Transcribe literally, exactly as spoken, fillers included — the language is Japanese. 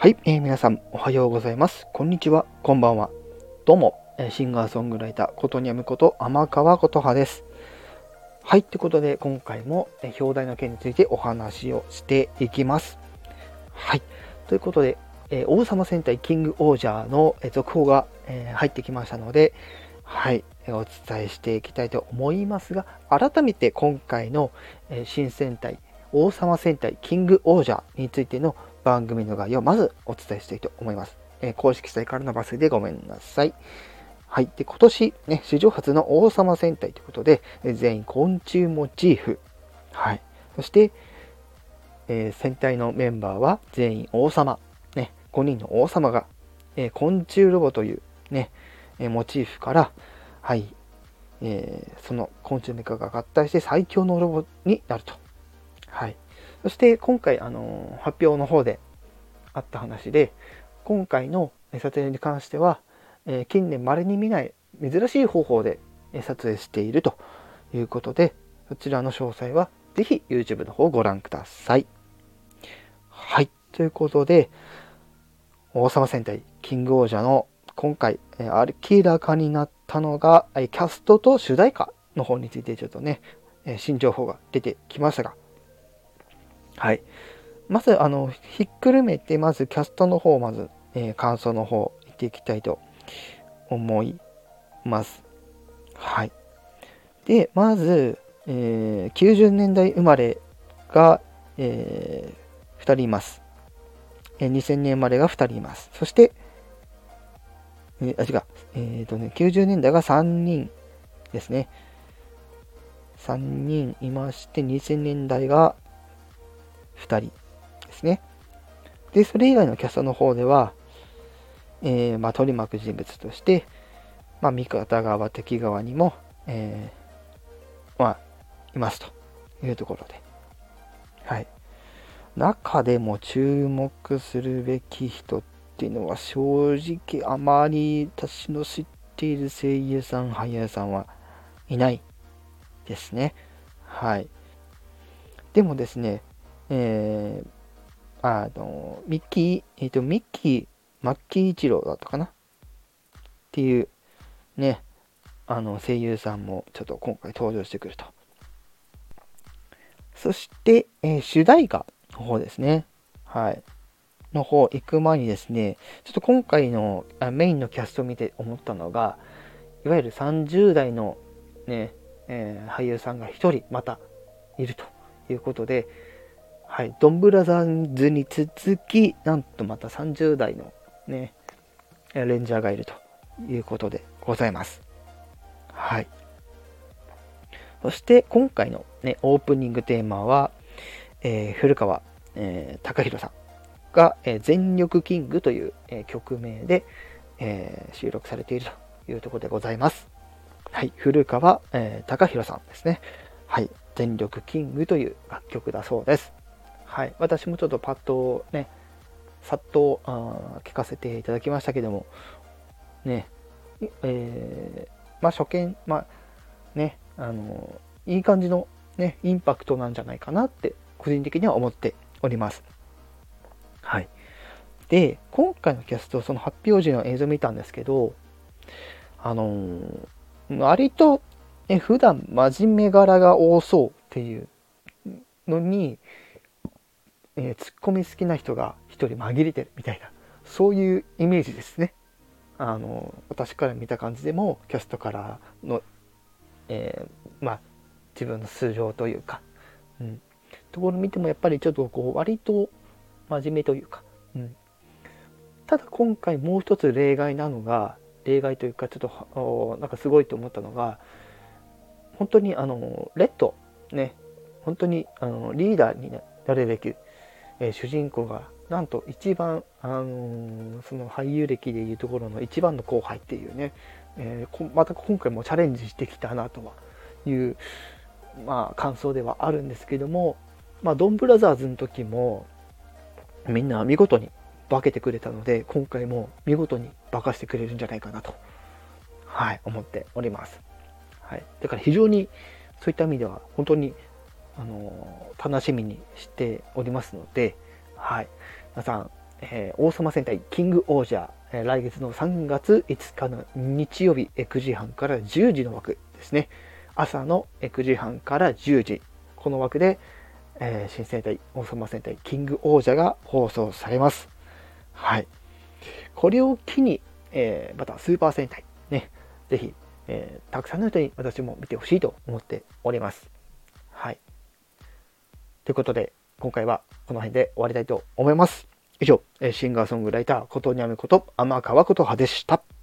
はい、えー皆さんおはようございます。こんにちは、こんばんは。どうも、えーシンガーソングライター、ことにゃむこと天川琴葉です。はい、ということで今回も、えー表題の件についてお話をしていきます。はい、ということで、えー王様戦隊キングオージャーの、えー続報が、えー入ってきましたので、はい、えーお伝えしていきたいと思いますが、改めて今回の、えー新戦隊王様戦隊キングオージャーについての番組の概要をまずお伝えしたいと思います。えー公式サイトからの抜粋でごめんなさい。はい。で、今年、ね、史上初の王様戦隊ということで、えー全員昆虫モチーフ。はい。そして、えー戦隊のメンバーは全員王様。ね、ごにんの王様が、えー昆虫ロボという、ね、えーモチーフから、はい、えーその昆虫メカが合体して最強のロボになると。はい。そして今回、あのー発表の方であった話で、今回の撮影に関しては、えー近年稀に見ない珍しい方法で撮影しているということで、そちらの詳細はぜひ YouTube の方をご覧ください。はい。ということで、王様戦隊キングオージャーの今回、えー明らかになったのが、えーキャストと主題歌の方についてちょっとね、えー新情報が出てきましたが、はい。まず、あの、ひっくるめて、まずキャストの方、まず、えー感想の方、言っていきたいと思います。はい。で、まず、えーきゅうじゅうねんだい生まれが、えーふたりいます。えーにせんねん生まれがふたりいます。そして、えーあ、違う、えっとね、きゅうじゅうねんだいがさんにんですね。さんにんいまして、にせんねんだいがふたりですね。で、それ以外のキャストの方では、えーまあ、取り巻く人物として、まあ、味方側、敵側にも、えーまあ、いますというところで。はい。中でも注目するべき人っていうのは、正直あまり私の知っている声優さん、俳優さんはいないですね。はい。でもですね、えー、あの、ミッキー、えっ、と、ミッキー、マッキー一郎だったかなっていうね、あの声優さんもちょっと今回登場してくると。そして、えー主題歌の方ですね。はい。の方行く前にですね、ちょっと今回のあメインのキャストを見て思ったのが、いわゆるさんじゅう代のね、えー俳優さんがひとりまたいるということで、はい、ドンブラザーズに続き、なんとまたさんじゅう代のね、レンジャーがいるということでございます。はい。そして今回の、ね、オープニングテーマは、えー古川、えー隆弘さんが、えー全力キングという、えー曲名で、えー収録されているというところでございます。はい、古川、えー隆弘さんですね。はい、全力キングという楽曲だそうです。はい、私もちょっとパッとね、さっとあ聞かせていただきましたけども、ね、えーまあ初見、まあね、あのいい感じのね、インパクトなんじゃないかなって個人的には思っております。はい。で、今回のキャスト、その発表時の映像を見たんですけど、あのー割と、ね、普段真面目柄が多そうっていうのに、えー、ツッコミ好きな人が一人紛れてるみたいな、そういうイメージですね。あのー私から見た感じでも、キャストからの、えーまあ、自分の素性というか、うん、ところ見てもやっぱりちょっとこう割と真面目というか、うん、ただ今回もう一つ例外なのが、例外というかちょっとなんかすごいと思ったのが、本当にあのレッドね、本当にあのリーダーになるべき、えー主人公がなんと一番、あのーその俳優歴でいうところの一番の後輩っていうね、えーまた今回もチャレンジしてきたなとはいう、まあ、感想ではあるんですけども、まあ、ドンブラザーズの時もみんな見事に化けてくれたので、今回も見事に化かしてくれるんじゃないかなと、はい、思っております。はい、だから非常にそういった意味では本当にあの楽しみにしておりますので、はい、皆さんえー、王様戦隊キングオージャー、えー、来月のさんがついつかの日曜日、えー、くじはんからじゅうじの枠ですね。朝のくじはんからじゅうじ、この枠で、えー、新戦隊王様戦隊キングオージャーが放送されます。はい。これを機に、えー、またスーパー戦隊ね、ぜひ、えー、たくさんの人に私も見てほしいと思っております。はい。ということで、今回はこの辺で終わりたいと思います。以上、シンガーソングライター、ことにゃむこと、天川琴葉でした。